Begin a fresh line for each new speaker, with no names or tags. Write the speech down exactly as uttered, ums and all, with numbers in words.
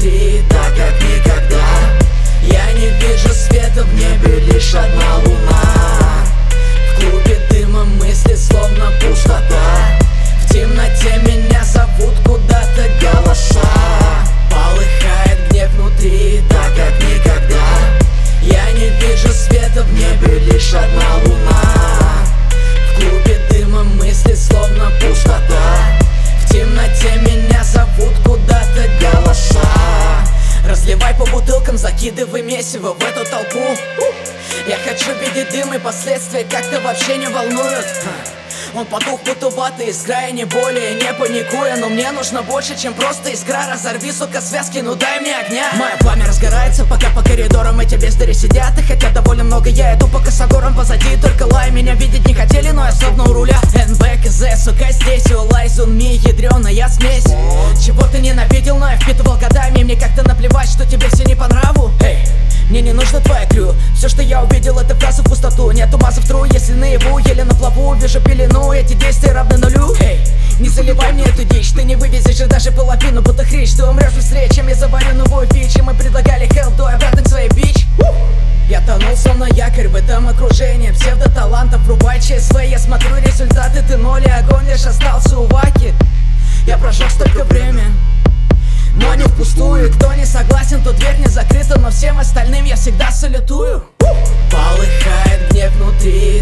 внутри, так как никогда. Я не вижу света в небе, лишь одна луна. В клубе дыма мысли словно пустота. В темноте меня зовут куда-то голоса. Полыхает гнев внутри, так как никогда. Я не вижу света в небе, лишь одна луна. В клубе дыма мысли словно пустота. В темноте меня зовут куда-то голоса. Разливай по бутылкам, закидывай месиво в эту толпу. Я хочу видеть дым, и последствия как-то вообще не волнуют. Он потух, будто вата, искра, и не более, не паникуя. Но мне нужно больше, чем просто искра. Разорви, сука, связки, ну дай мне огня. Мое пламя разгорается, пока по коридорам эти бездари сидят. И хотя довольно много, я иду по косогорам позади. Только лай, меня видеть не хотели, но я словно у руля. эн бэ ка зэ, сука, здесь у Лайзун Ми, ядреная смесь. Чего ты ненавидел, но я впитывал годами. Мне как-то наплевать, что тебе все не по нраву. Эй, мне не нужно твоя крю. Все, что я увидел, это фраза в пустоту. Нету массы в тру, если наяву, еле на плаву. Вижу пелену, эти действия равны нулю. Эй, не заливай мне эту дичь. Ты не вывезешь и даже половину, будто хрищ. Ты умрешь быстрее, чем я заварю новую фичу. Мы предлагали help, до обратно к своей бич. Я тонул словно якорь в этом окружении псевдоталантов. Врубай ЧСВ, я смотрю результаты. Ты ноль, и огонь лишь остался у Ваки. Я прожег столько время, но не впустую. Кто не согласен, то дверь не закрыта. Но всем остальным я всегда салютую. Полыхает гнев внутри,